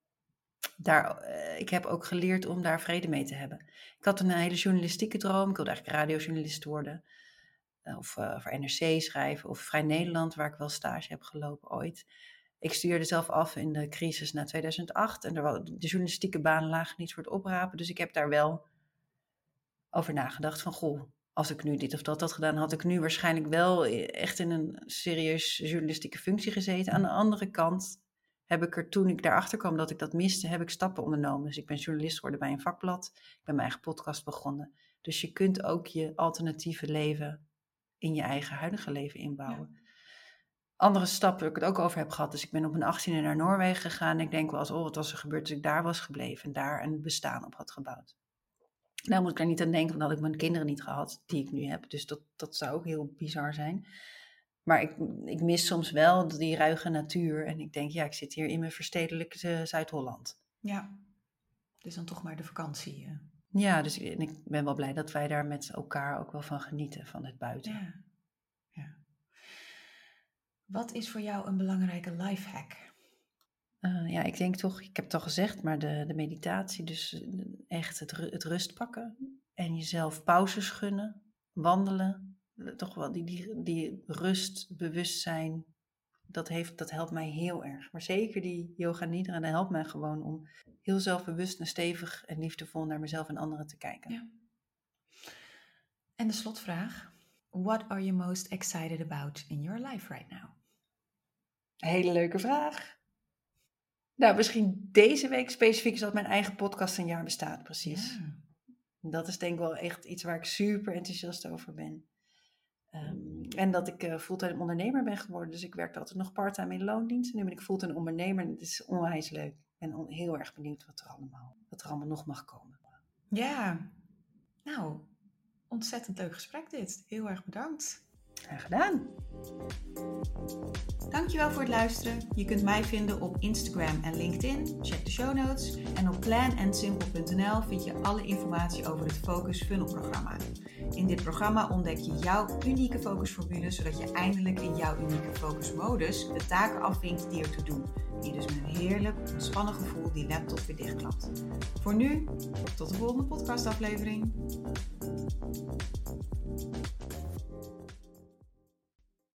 daar, uh, ik heb ook geleerd om daar vrede mee te hebben. Ik had een hele journalistieke droom. Ik wilde eigenlijk radiojournalist worden. Uh, of uh, voor N R C schrijven of Vrij Nederland, waar ik wel stage heb gelopen ooit. Ik studeerde zelf af in de crisis na tweeduizend acht en er was, de journalistieke banen lagen niet voor het oprapen. Dus ik heb daar wel over nagedacht van, goh, als ik nu dit of dat had gedaan, had ik nu waarschijnlijk wel echt in een serieus journalistieke functie gezeten. Aan de andere kant heb ik er, toen ik daarachter kwam dat ik dat miste, heb ik stappen ondernomen. Dus ik ben journalist geworden bij een vakblad. Ik ben mijn eigen podcast begonnen. Dus je kunt ook je alternatieve leven in je eigen huidige leven inbouwen. Ja. Andere stappen waar ik het ook over heb gehad. Dus ik ben op mijn achttiende naar Noorwegen gegaan. En ik denk wel eens, oh, wat was er gebeurd als ik daar was gebleven en daar een bestaan op had gebouwd. Nou moet ik er niet aan denken, want dan had ik mijn kinderen niet gehad, die ik nu heb. Dus dat, dat zou ook heel bizar zijn. Maar ik, ik mis soms wel die ruige natuur. En ik denk, ja, ik zit hier in mijn verstedelijke Zuid-Holland. Ja, dus dan toch maar de vakantie. Uh. Ja, dus ik, en ik ben wel blij dat wij daar met elkaar ook wel van genieten, van het buiten. Ja. Ja. Wat is voor jou een belangrijke lifehack? Uh, ja, ik denk toch, ik heb het al gezegd, maar de, de meditatie, dus echt het, het rust pakken en jezelf pauzes gunnen, wandelen, toch wel die, die, die rust, bewustzijn, dat, heeft, dat helpt mij heel erg. Maar zeker die yoga nidra, dat helpt mij gewoon om heel zelfbewust en stevig en liefdevol naar mezelf en anderen te kijken. Ja. En de slotvraag, what are you most excited about in your life right now? Hele leuke vraag. Nou, misschien deze week specifiek is dat mijn eigen podcast een jaar bestaat, precies. Ja. Dat is denk ik wel echt iets waar ik super enthousiast over ben. Um, en dat ik uh, fulltime ondernemer ben geworden. Dus ik werkte altijd nog parttime in loondienst. En nu ben ik fulltime ondernemer en het is onwijs leuk. Ik ben on- heel erg benieuwd wat er allemaal, wat er allemaal nog mag komen. Ja, nou, ontzettend leuk gesprek dit. Heel erg bedankt. Graag gedaan. Dankjewel voor het luisteren. Je kunt mij vinden op Instagram en LinkedIn. Check de show notes. En op plan and simple punt n l vind je alle informatie over het Focus Funnel programma. In dit programma ontdek je jouw unieke focusformule, zodat je eindelijk in jouw unieke focusmodus de taken afvinkt die ertoe doen. En je dus met een heerlijk, ontspannen gevoel die laptop weer dichtklapt. Voor nu, tot de volgende podcastaflevering.